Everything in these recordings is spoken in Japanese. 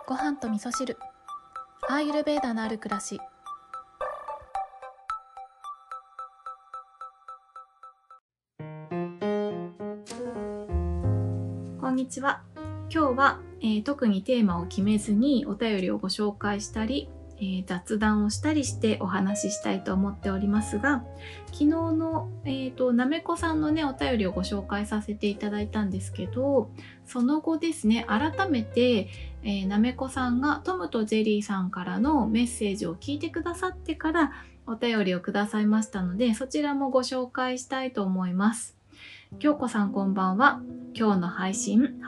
ご飯と味噌汁、アーユルヴェーダのある暮らし。こんにちは。今日は、特にテーマを決めずにお便りをご紹介したり、雑談をしたりしてお話ししたいと思っておりますが、昨日の、なめこさんのねお便りをご紹介させていただいたんですけど、その後ですね、改めて、なめこさんがトムとジェリーさんからのメッセージを聞いてくださってからお便りをくださいましたので、そちらもご紹介したいと思います。京子さんこんばんは。今日の配信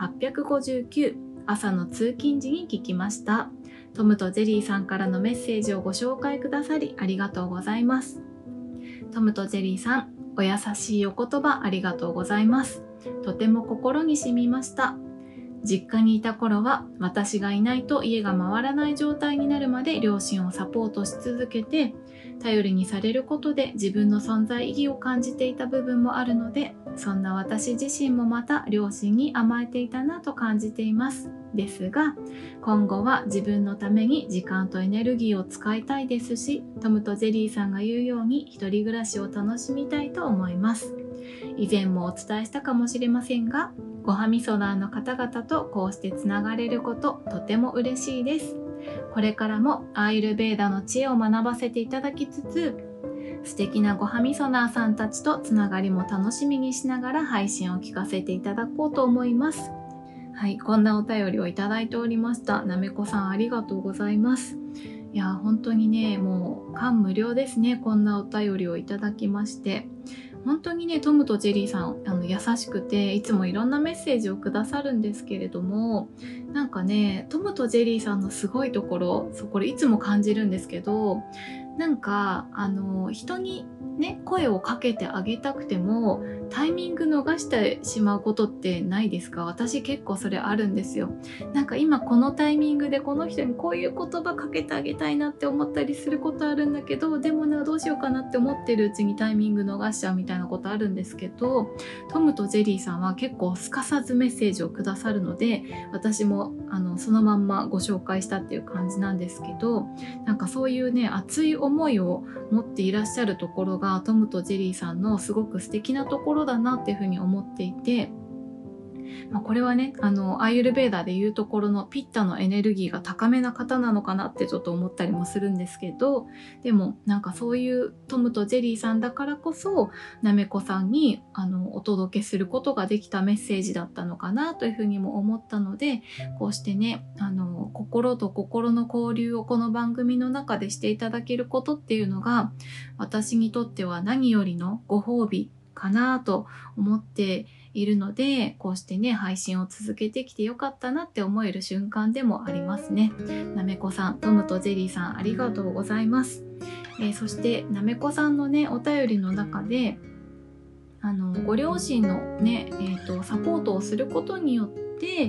859、朝の通勤時に聞きました。トムとジェリーさんからのメッセージをご紹介くださりありがとうございます。トムとジェリーさん、お優しいお言葉ありがとうございます。とても心に染みました。実家にいた頃は私がいないと家が回らない状態になるまで両親をサポートし続けて、頼りにされることで自分の存在意義を感じていた部分もあるので、そんな私自身もまた両親に甘えていたなと感じています。ですが、今後は自分のために時間とエネルギーを使いたいですし、トムとジェリーさんが言うように一人暮らしを楽しみたいと思います。以前もお伝えしたかもしれませんが、ごはみそナーの方々とこうしてつながれること、とても嬉しいです。これからもアーユルヴェーダの知恵を学ばせていただきつつ、素敵なごはみそナーさんたちとつながりも楽しみにしながら配信を聞かせていただこうと思います。はい、こんなお便りをいただいておりました。なめこさんありがとうございます。いや本当にね、もう感無量ですね。こんなお便りをいただきまして、本当にね、トムとジェリーさん優しくて、いつもいろんなメッセージをくださるんですけれども、なんかね、トムとジェリーさんのすごいところ、これいつも感じるんですけど、なんか人にね声をかけてあげたくてもタイミング逃してしまうことってないですか？私結構それあるんですよ。なんか今このタイミングでこの人にこういう言葉かけてあげたいなって思ったりすることあるんだけど、でもな、どうしようかなって思ってるうちにタイミング逃しちゃうみたいなことあるんですけど、トムとジェリーさんは結構すかさずメッセージをくださるので、私もそのまんまご紹介したっていう感じなんですけど、なんかそういうね熱い思いを持っていらっしゃるところがトムとジェリーさんのすごく素敵なところだなっていうふうに思っていて、これはねアーユルヴェーダでいうところのピッタのエネルギーが高めな方なのかなってちょっと思ったりもするんですけど、でもなんかそういうトムとジェリーさんだからこそなめこさんにお届けすることができたメッセージだったのかなというふうにも思ったので、こうしてね心と心の交流をこの番組の中でしていただけることっていうのが、私にとっては何よりのご褒美かなと思っているので、こうしてね配信を続けてきてよかったなって思える瞬間でもありますね。なめこさん、トムとジェリーさんありがとうございます。そしてなめこさんのねお便りの中でご両親のね、サポートをすることによって、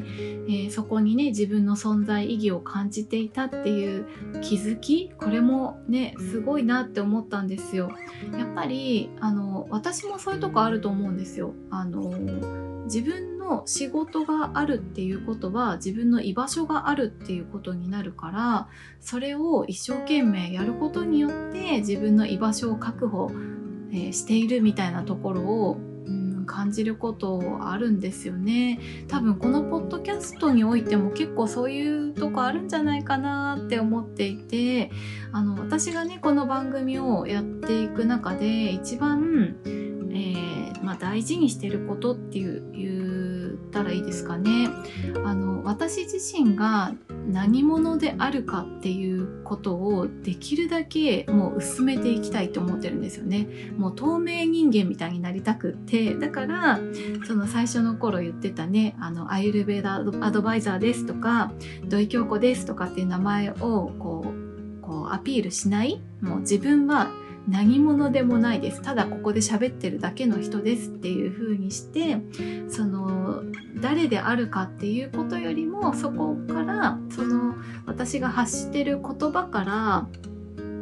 そこにね自分の存在意義を感じていたっていう気づき、これもねすごいなって思ったんですよ。やっぱり私もそういうとこあると思うんですよ。自分の仕事があるっていうことは自分の居場所があるっていうことになるから、それを一生懸命やることによって自分の居場所を確保しているみたいなところを、感じることあるんですよね。多分このポッドキャストにおいても結構そういうとこあるんじゃないかなって思っていて、私がねこの番組をやっていく中で一番、大事にしてることって言ったらいいですかね。私自身が何者であるかっていうことをできるだけもう薄めていきたいと思ってるんですよね。もう透明人間みたいになりたくって、だからその最初の頃言ってたねアーユルヴェーダアドバイザーですとか土井京子ですとかっていう名前をこうアピールしない、もう自分は何者でもないです、ただここで喋ってるだけの人ですっていう風にして、その誰であるかっていうことよりも、そこからその私が発してる言葉から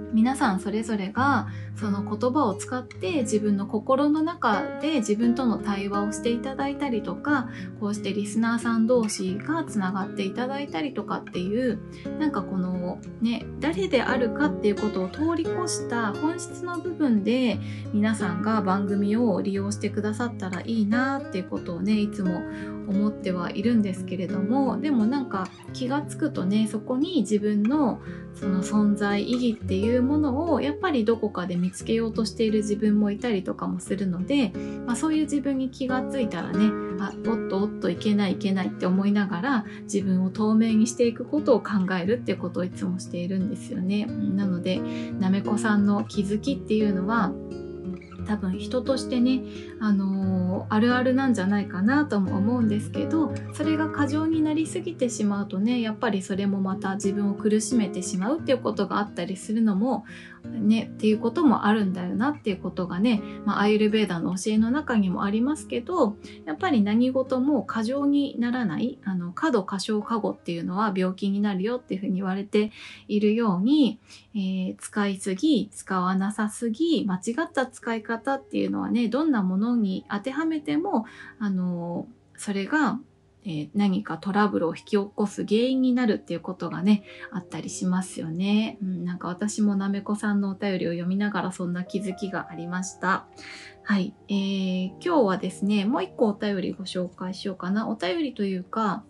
皆さんそれぞれがその言葉を使って自分の心の中で自分との対話をしていただいたりとか、こうしてリスナーさん同士がつながっていただいたりとかっていう、なんかこのね、誰であるかっていうことを通り越した本質の部分で皆さんが番組を利用してくださったらいいなっていうことをね、いつも思ってはいるんですけれども、でもなんか気がつくとね、そこに自分のその存在意義っていうものをやっぱりどこかで見つけようとしている自分もいたりとかもするので、そういう自分に気がついたらね、おっといけないって思いながら自分を透明にしていくことを考えるっていうことをいつもしているんですよね。なのでなめこさんの気づきっていうのは多分人としてね、あるあるなんじゃないかなとも思うんですけど、それが過剰になりすぎてしまうとね、やっぱりそれもまた自分を苦しめてしまうっていうことがあったりするのもね、っていうこともあるんだよなっていうことがね、アーユルヴェーダの教えの中にもありますけど、やっぱり何事も過剰にならない、過度過小過誤っていうのは病気になるよっていうふうに言われているように、使いすぎ、使わなさすぎ、間違った使い方っていうのはね、どんなものに当てはめてもそれが何かトラブルを引き起こす原因になるっていうことがね、あったりしますよね。なんか私もなめこさんのお便りを読みながらそんな気づきがありました。はい、今日はですね、もう一個お便りご紹介しようかな。お便りというか、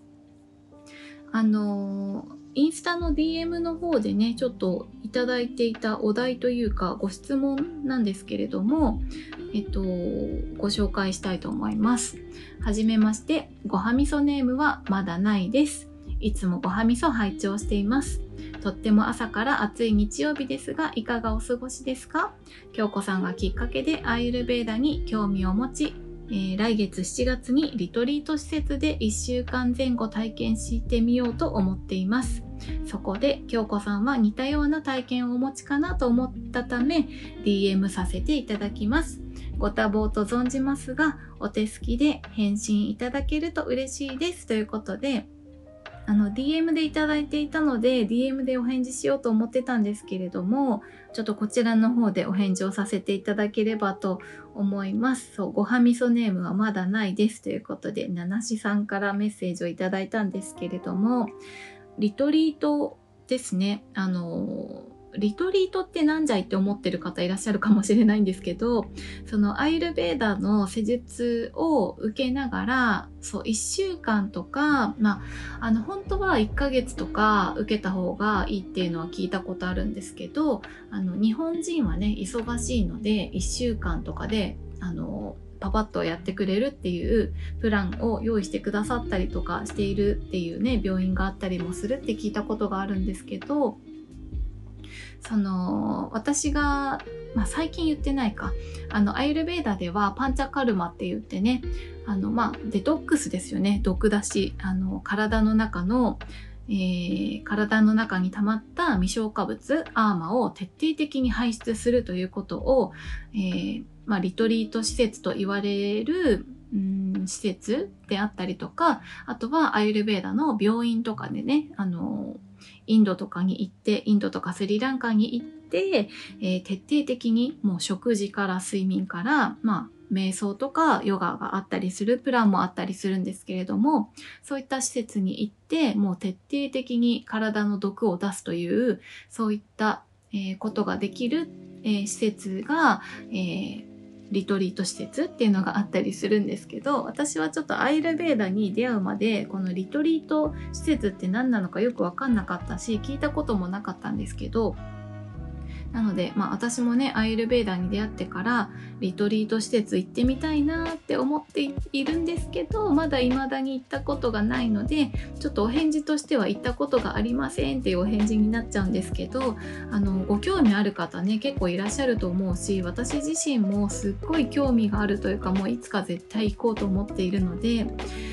インスタの DM の方でね、ちょっといただいていたお題というかご質問なんですけれども、ご紹介したいと思います。はじめまして、ごはみそネームはまだないです。いつもごはみそ拝聴しています。とっても朝から暑い日曜日ですが、いかがお過ごしですか？京子さんがきっかけでアーユルヴェーダに興味を持ち、来月7月にリトリート施設で1週間前後体験してみようと思っています。そこで京子さんは似たような体験をお持ちかなと思ったため DM させていただきます。ご多忙と存じますが、お手すきで返信いただけると嬉しいですということで、DM でいただいていたので DM でお返事しようと思ってたんですけれども、ちょっとこちらの方でお返事をさせていただければと思います。そう、ごはみそネームはまだないですということで、ななしさんからメッセージをいただいたんですけれども、リトリートですね。リトリートってなんじゃいって思ってる方いらっしゃるかもしれないんですけど、そのアーユルヴェーダの施術を受けながら、そう1週間とか、本当は1ヶ月とか受けた方がいいっていうのは聞いたことあるんですけど、日本人はね忙しいので1週間とかでパパッとやってくれるっていうプランを用意してくださったりとかしているっていうね、病院があったりもするって聞いたことがあるんですけど、私が、最近言ってないか、アーユルヴェーダではパンチャカルマって言ってね、デトックスですよね。毒出し、体の中に溜まった未消化物アーマを徹底的に排出するということを、リトリート施設と言われる施設であったりとか、あとはアーユルヴェーダの病院とかでね、インドとかスリランカに行って、徹底的にもう食事から睡眠から、瞑想とかヨガがあったりするプランもあったりするんですけれども、そういった施設に行ってもう徹底的に体の毒を出すという、そういった、ことができる、施設が、リトリート施設っていうのがあったりするんですけど、私はちょっとアーユルヴェーダに出会うまでこのリトリート施設って何なのかよく分かんなかったし、聞いたこともなかったんですけど、なので、私もねアーユルヴェーダに出会ってからリトリート施設行ってみたいなって思っているんですけど、まだ未だに行ったことがないので、ちょっとお返事としては行ったことがありませんっていうお返事になっちゃうんですけど、ご興味ある方ね結構いらっしゃると思うし、私自身もすっごい興味があるというか、もういつか絶対行こうと思っているので、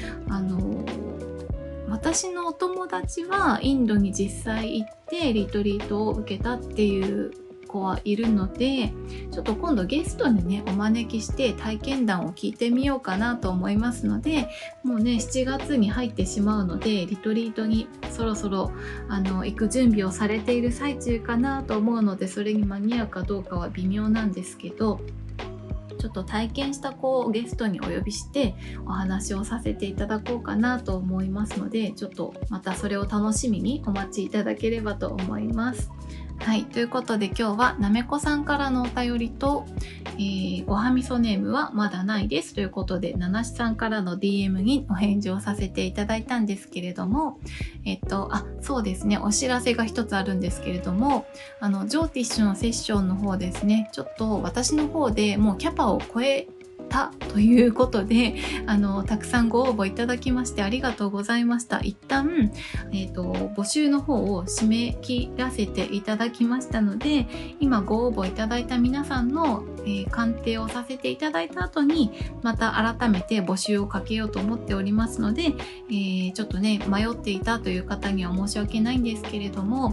私のお友達はインドに実際行ってリトリートを受けたっていう子はいるので、ちょっと今度ゲストにねお招きして体験談を聞いてみようかなと思いますので、もうね7月に入ってしまうのでリトリートにそろそろ行く準備をされている最中かなと思うので、それに間に合うかどうかは微妙なんですけど、ちょっと体験した子をゲストにお呼びしてお話をさせていただこうかなと思いますので、ちょっとまたそれを楽しみにお待ちいただければと思います。はい、ということで今日はなめこさんからのお便りと、ごはみそネームはまだないですということで、ななしさんからの DM にお返事をさせていただいたんですけれども、そうですね、お知らせが一つあるんですけれども、ジョーティッシュのセッションの方ですね、ちょっと私の方でもうキャパを超えたということで、たくさんご応募いただきましてありがとうございました。一旦、募集の方を締め切らせていただきましたので、今ご応募いただいた皆さんの、鑑定をさせていただいた後にまた改めて募集をかけようと思っておりますので、ちょっとね迷っていたという方には申し訳ないんですけれども、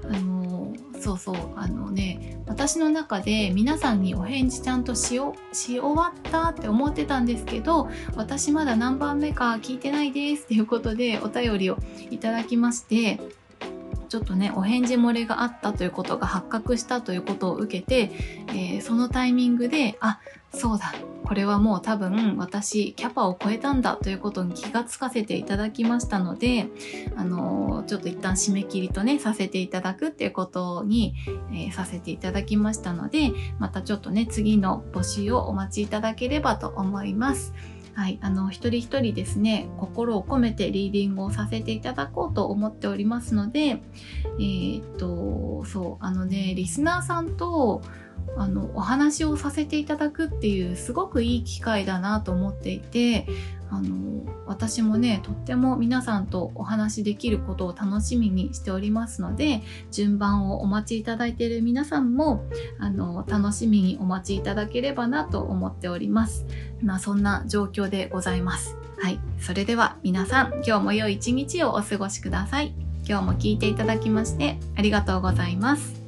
私の中で皆さんにお返事ちゃんとし終わったって思ってたんですけど、私まだ何番目か聞いてないですっていうことでお便りをいただきまして、ちょっとねお返事漏れがあったということが発覚したということを受けて、そのタイミングでそうだ、これはもう多分私キャパを超えたんだということに気がつかせていただきましたので、ちょっと一旦締め切りとねさせていただくっていうことに、させていただきましたので、またちょっとね次の募集をお待ちいただければと思います。はい、一人一人ですね心を込めてリーディングをさせていただこうと思っておりますので、リスナーさんとお話をさせていただくっていうすごくいい機会だなと思っていて、私もねとっても皆さんとお話できることを楽しみにしておりますので、順番をお待ちいただいている皆さんも楽しみにお待ちいただければなと思っております。そんな状況でございます。はい、それでは皆さん今日も良い一日をお過ごしください。今日も聞いていただきましてありがとうございます。